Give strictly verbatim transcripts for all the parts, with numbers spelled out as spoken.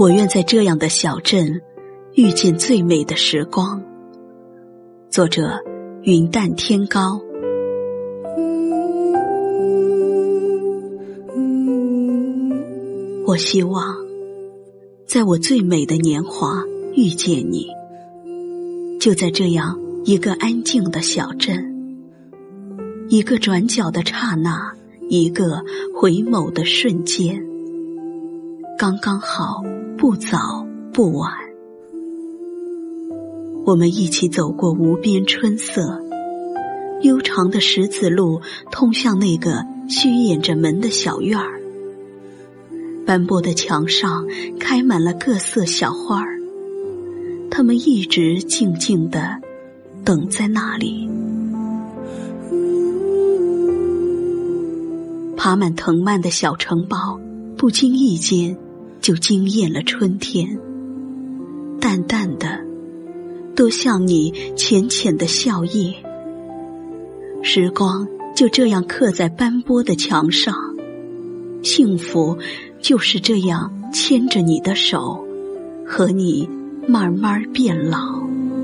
我愿在这样的小镇遇见最美的时光。作者云淡天高。我希望在我最美的年华遇见你，就在这样一个安静的小镇，一个转角的刹那，一个回眸的瞬间，刚刚好，不早不晚。我们一起走过无边春色，悠长的石子路通向那个虚掩着门的小院儿。斑驳的墙上开满了各色小花儿，它们一直静静地等在那里。爬满藤蔓的小城堡，不经意间就惊艳了春天，淡淡的，都像你浅浅的笑靥。时光就这样刻在斑驳的墙上，幸福就是这样牵着你的手，和你慢慢变老。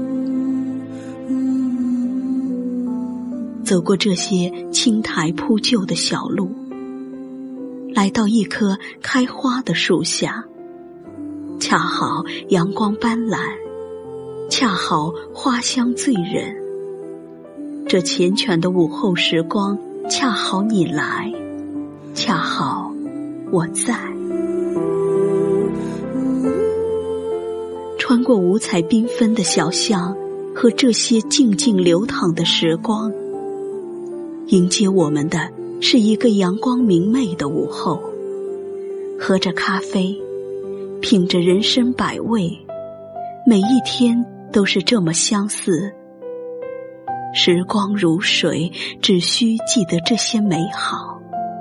走过这些青苔铺就的小路，来到一棵开花的树下，恰好阳光斑斓，恰好花香醉人。这缱绻的午后时光，恰好你来，恰好我在。穿过五彩缤纷的小巷和这些静静流淌的时光，迎接我们的是一个阳光明媚的午后，喝着咖啡，品着人生百味，每一天都是这么相似。时光如水，只需记得这些美好。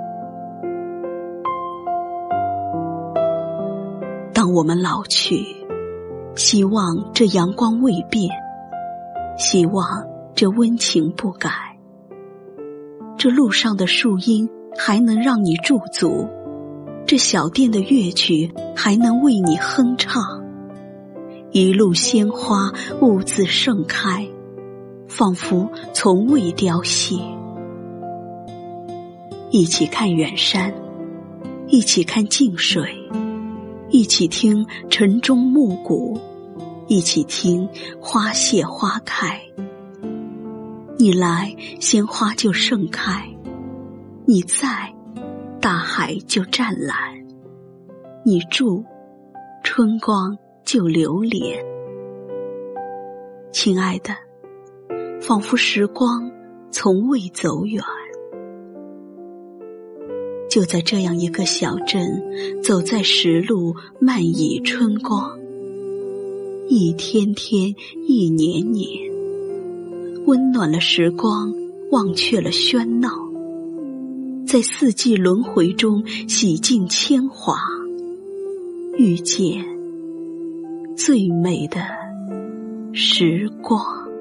当我们老去，希望这阳光未变，希望这温情不改，这路上的树荫还能让你驻足，这小店的乐曲还能为你哼唱。一路鲜花兀自盛开，仿佛从未凋谢。一起看远山，一起看静水，一起听晨钟暮鼓，一起听花谢花开。你来，鲜花就盛开；你在，大海就湛蓝；你住，春光就流连。亲爱的，仿佛时光从未走远。就在这样一个小镇，走在石路，漫倚春光，一天天，一年年，温暖了时光，忘却了喧闹，在四季轮回中洗尽铅华，遇见最美的时光。